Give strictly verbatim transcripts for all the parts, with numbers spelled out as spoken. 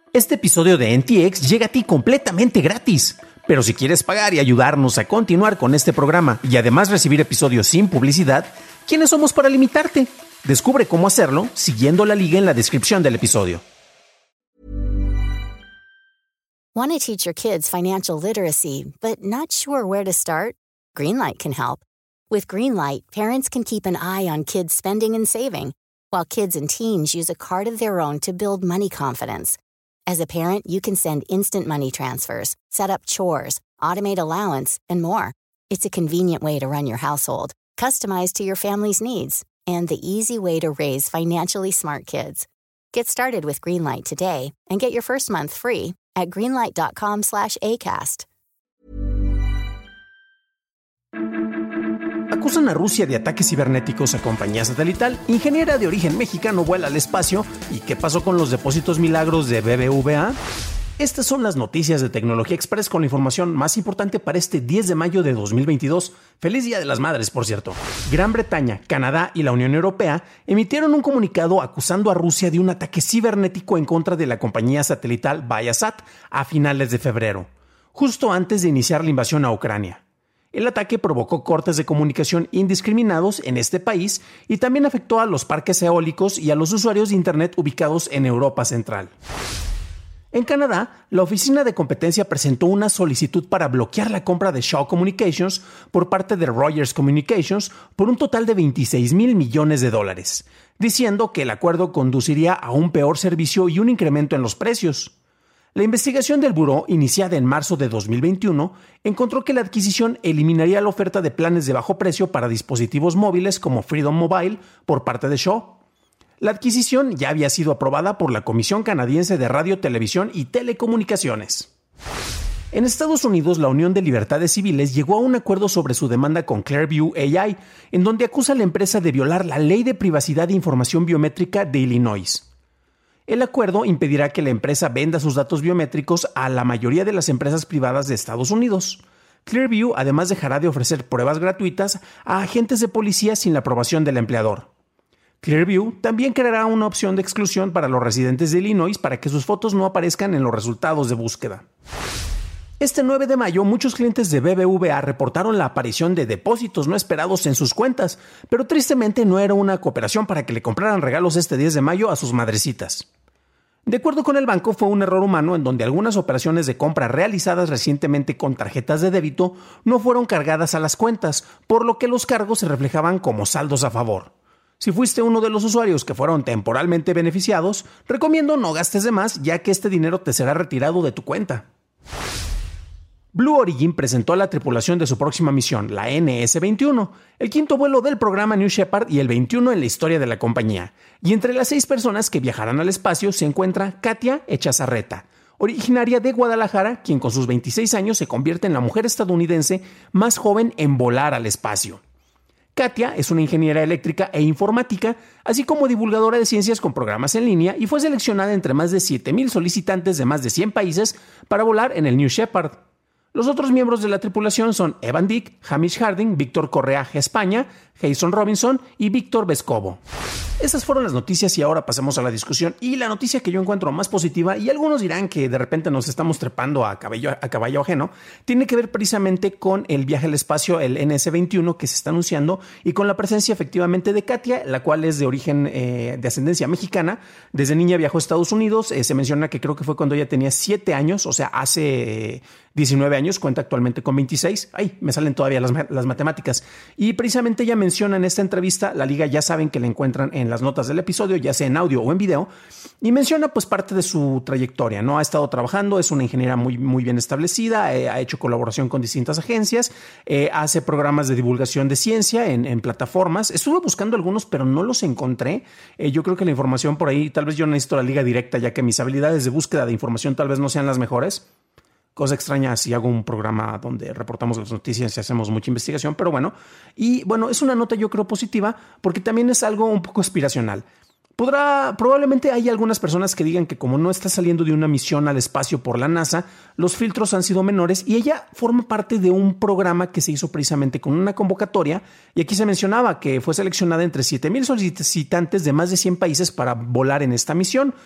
Este episodio de N T X llega a ti completamente gratis. Pero si quieres pagar y ayudarnos a continuar con este programa y además recibir episodios sin publicidad, ¿quiénes somos para limitarte? Descubre cómo hacerlo siguiendo la liga en la descripción del episodio. Want to teach your kids financial literacy, but not sure where to start? Greenlight can help. With Greenlight, parents can keep an eye on kids' spending and saving, while kids and teens use a card of their own to build money confidence. As a parent, you can send instant money transfers, set up chores, automate allowance, and more. It's a convenient way to run your household, customized to your family's needs, and the easy way to raise financially smart kids. Get started with Greenlight today and get your first month free at greenlight.com slash ACAST. Acusan a Rusia de ataques cibernéticos a compañía satelital. Ingeniera de origen mexicano vuela al espacio. ¿Y qué pasó con los depósitos milagros de B B V A? Estas son las noticias de Tecnología Express con la información más importante para este diez de mayo de dos mil veintidós. ¡Feliz Día de las Madres, por cierto! Gran Bretaña, Canadá y la Unión Europea emitieron un comunicado acusando a Rusia de un ataque cibernético en contra de la compañía satelital Viasat a finales de febrero, justo antes de iniciar la invasión a Ucrania. El ataque provocó cortes de comunicación indiscriminados en este país y también afectó a los parques eólicos y a los usuarios de Internet ubicados en Europa Central. En Canadá, la Oficina de Competencia presentó una solicitud para bloquear la compra de Shaw Communications por parte de Rogers Communications por un total de veintiséis mil millones de dólares, diciendo que el acuerdo conduciría a un peor servicio y un incremento en los precios. La investigación del buró, iniciada en marzo de dos mil veintiuno, encontró que la adquisición eliminaría la oferta de planes de bajo precio para dispositivos móviles como Freedom Mobile por parte de Shaw. La adquisición ya había sido aprobada por la Comisión Canadiense de Radio, Televisión y Telecomunicaciones. En Estados Unidos, la Unión de Libertades Civiles llegó a un acuerdo sobre su demanda con Clearview A I, en donde acusa a la empresa de violar la Ley de Privacidad de Información Biométrica de Illinois. El acuerdo impedirá que la empresa venda sus datos biométricos a la mayoría de las empresas privadas de Estados Unidos. Clearview además dejará de ofrecer pruebas gratuitas a agentes de policía sin la aprobación del empleador. Clearview también creará una opción de exclusión para los residentes de Illinois para que sus fotos no aparezcan en los resultados de búsqueda. Este nueve de mayo, muchos clientes de B B V A reportaron la aparición de depósitos no esperados en sus cuentas, pero tristemente no era una cooperación para que le compraran regalos este diez de mayo a sus madrecitas. De acuerdo con el banco, fue un error humano en donde algunas operaciones de compra realizadas recientemente con tarjetas de débito no fueron cargadas a las cuentas, por lo que los cargos se reflejaban como saldos a favor. Si fuiste uno de los usuarios que fueron temporalmente beneficiados, recomiendo no gastes de más, ya que este dinero te será retirado de tu cuenta. Blue Origin presentó a la tripulación de su próxima misión, la N S veintiuno, el quinto vuelo del programa New Shepard y el veintiuno en la historia de la compañía. Y entre las seis personas que viajarán al espacio se encuentra Katia Echazarreta, originaria de Guadalajara, quien con sus veintiséis años se convierte en la mujer estadounidense más joven en volar al espacio. Katia es una ingeniera eléctrica e informática, así como divulgadora de ciencias con programas en línea, y fue seleccionada entre más de siete mil solicitantes de más de cien países para volar en el New Shepard. Los otros miembros de la tripulación son Evan Dick, Hamish Harding, Víctor Correa España, Jason Robinson y Víctor Vescovo. Esas fueron las noticias y ahora pasemos a la discusión. Y la noticia que yo encuentro más positiva, y algunos dirán que de repente nos estamos trepando a caballo, a caballo ajeno, tiene que ver precisamente con el viaje al espacio, el N S veintiuno que se está anunciando, y con la presencia efectivamente de Katia, la cual es de origen eh, de ascendencia mexicana. Desde niña viajó a Estados Unidos. Eh, se menciona que creo que fue cuando ella tenía siete años, o sea, hace eh, diecinueve años, cuenta actualmente con veintiséis. Ay, me salen todavía las, las matemáticas. Y precisamente ella menciona en esta entrevista, la liga ya saben que la encuentran en las notas del episodio, ya sea en audio o en video, y menciona pues parte de su trayectoria, ¿no? Ha estado trabajando, es una ingeniera muy, muy bien establecida, eh, ha hecho colaboración con distintas agencias, eh, hace programas de divulgación de ciencia en, en plataformas. Estuve buscando algunos, pero no los encontré. Eh, yo creo que la información por ahí, tal vez yo necesito la liga directa, ya que mis habilidades de búsqueda de información tal vez no sean las mejores. Cosa extraña si hago un programa donde reportamos las noticias y hacemos mucha investigación, pero bueno. Y bueno, es una nota yo creo positiva porque también es algo un poco aspiracional. Podrá, probablemente hay algunas personas que digan que como no está saliendo de una misión al espacio por la NASA, los filtros han sido menores, y ella forma parte de un programa que se hizo precisamente con una convocatoria, y aquí se mencionaba que fue seleccionada entre siete mil solicitantes de más de cien países para volar en esta misión.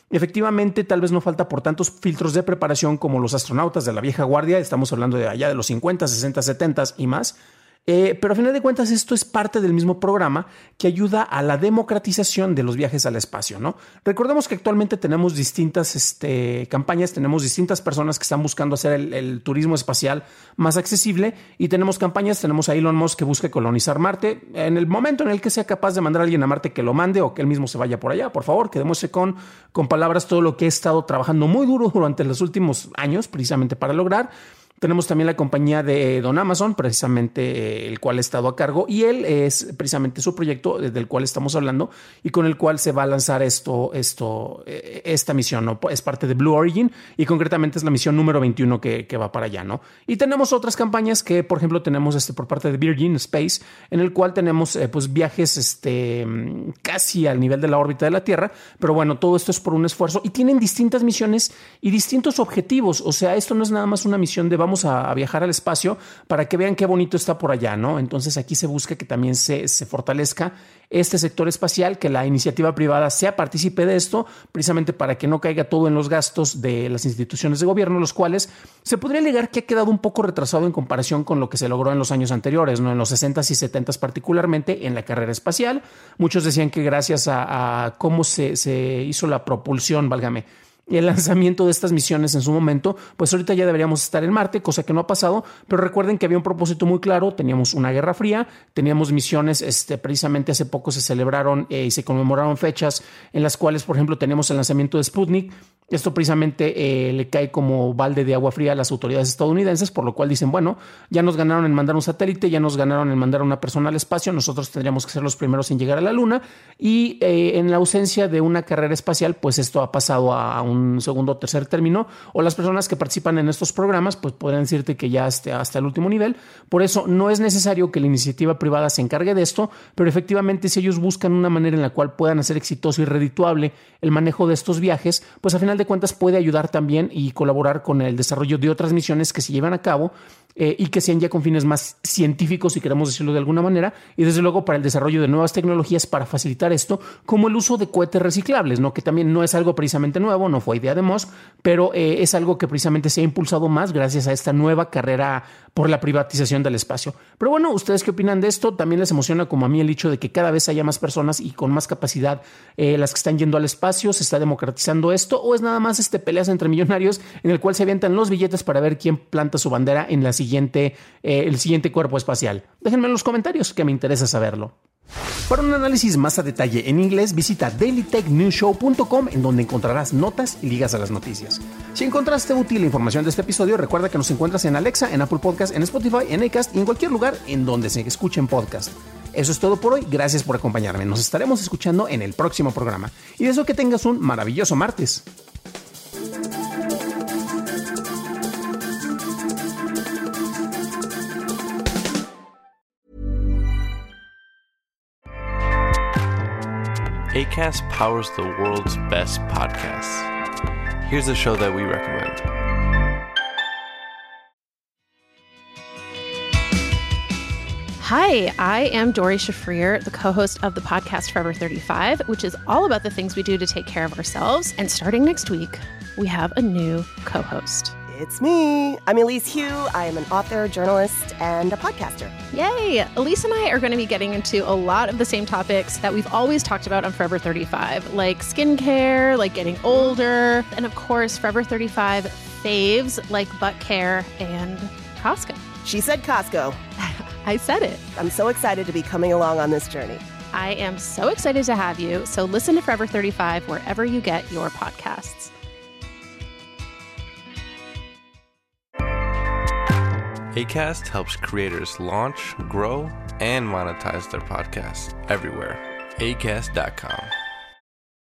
Efectivamente, tal vez no falta por tantos filtros de preparación como los astronautas de la vieja guardia, estamos hablando de allá de los cincuenta, sesenta, setenta y más. Eh, pero a final de cuentas esto es parte del mismo programa que ayuda a la democratización de los viajes al espacio, ¿no? Recordemos que actualmente tenemos distintas este, campañas, tenemos distintas personas que están buscando hacer el, el turismo espacial más accesible y tenemos campañas, tenemos a Elon Musk que busca colonizar Marte. En el momento en el que sea capaz de mandar a alguien a Marte, que lo mande o que él mismo se vaya por allá, por favor, que demuestre con, con palabras todo lo que he estado trabajando muy duro durante los últimos años precisamente para lograr. Tenemos también la compañía de Don Amazon, precisamente el cual he estado a cargo, y él es precisamente su proyecto del cual estamos hablando y con el cual se va a lanzar esto, esto, esta misión, ¿no? Es parte de Blue Origin y concretamente es la misión número veintiuno que, que va para allá, ¿no? Y tenemos otras campañas que, por ejemplo, tenemos este por parte de Virgin Space, en el cual tenemos eh, pues viajes este, casi al nivel de la órbita de la Tierra, pero bueno, todo esto es por un esfuerzo y tienen distintas misiones y distintos objetivos. O sea, esto no es nada más una misión de vamos a, a viajar al espacio para que vean qué bonito está por allá, ¿no? Entonces aquí se busca que también se, se fortalezca este sector espacial, que la iniciativa privada sea partícipe de esto, precisamente para que no caiga todo en los gastos de las instituciones de gobierno, los cuales se podría alegar que ha quedado un poco retrasado en comparación con lo que se logró en los años anteriores, ¿no? En los sesentas y setentas particularmente en la carrera espacial. Muchos decían que gracias a, a cómo se, se hizo la propulsión, válgame, y el lanzamiento de estas misiones en su momento, pues ahorita ya deberíamos estar en Marte, cosa que no ha pasado, pero recuerden que había un propósito muy claro, teníamos una guerra fría, teníamos misiones, este, precisamente hace poco se celebraron eh, y se conmemoraron fechas en las cuales, por ejemplo, teníamos el lanzamiento de Sputnik. Esto precisamente eh, le cae como balde de agua fría a las autoridades estadounidenses, por lo cual dicen, bueno, ya nos ganaron en mandar un satélite, ya nos ganaron en mandar a una persona al espacio, nosotros tendríamos que ser los primeros en llegar a la Luna y eh, en la ausencia de una carrera espacial, pues esto ha pasado a un segundo o tercer término, o las personas que participan en estos programas, pues podrían decirte que ya hasta, hasta el último nivel. Por eso no es necesario que la iniciativa privada se encargue de esto, pero efectivamente si ellos buscan una manera en la cual puedan hacer exitoso y redituable el manejo de estos viajes, pues a final de cuentas puede ayudar también y colaborar con el desarrollo de otras misiones que se llevan a cabo eh, y que sean ya con fines más científicos, si queremos decirlo de alguna manera, y desde luego para el desarrollo de nuevas tecnologías para facilitar esto, como el uso de cohetes reciclables, ¿no? Que también no es algo precisamente nuevo, no fue idea de Musk, pero eh, es algo que precisamente se ha impulsado más gracias a esta nueva carrera por la privatización del espacio. Pero bueno, ¿ustedes qué opinan de esto? ¿También les emociona como a mí el hecho de que cada vez haya más personas y con más capacidad eh, las que están yendo al espacio? ¿Se está democratizando esto? ¿O es nada más este peleas entre millonarios en el cual se avientan los billetes para ver quién planta su bandera en la siguiente, eh, el siguiente cuerpo espacial? Déjenme en los comentarios que me interesa saberlo. Para un análisis más a detalle en inglés, visita daily tech news show punto com, en donde encontrarás notas y ligas a las noticias. Si encontraste útil la información de este episodio, recuerda que nos encuentras en Alexa, en Apple Podcast, en Spotify, en Acast y en cualquier lugar en donde se escuchen podcast. Eso es todo por hoy, gracias por acompañarme. Nos estaremos escuchando en el próximo programa. Y deseo que tengas un maravilloso martes. Acast powers the world's best podcasts. Here's a show that we recommend. Hi, I am Dori Shafrir, the co-host of the podcast Forever thirty-five, which is all about the things we do to take care of ourselves. And starting next week, we have a new co-host. It's me. I'm Elise Hu. I am an author, journalist, and a podcaster. Yay! Elise and I are going to be getting into a lot of the same topics that we've always talked about on Forever thirty-five, like skincare, like getting older, and of course, Forever thirty-five faves like butt care and Costco. She said Costco. I said it. I'm so excited to be coming along on this journey. I am so excited to have you. So listen to Forever thirty-five wherever you get your podcasts. Acast helps creators launch, grow, and monetize their podcasts everywhere. acast dot com.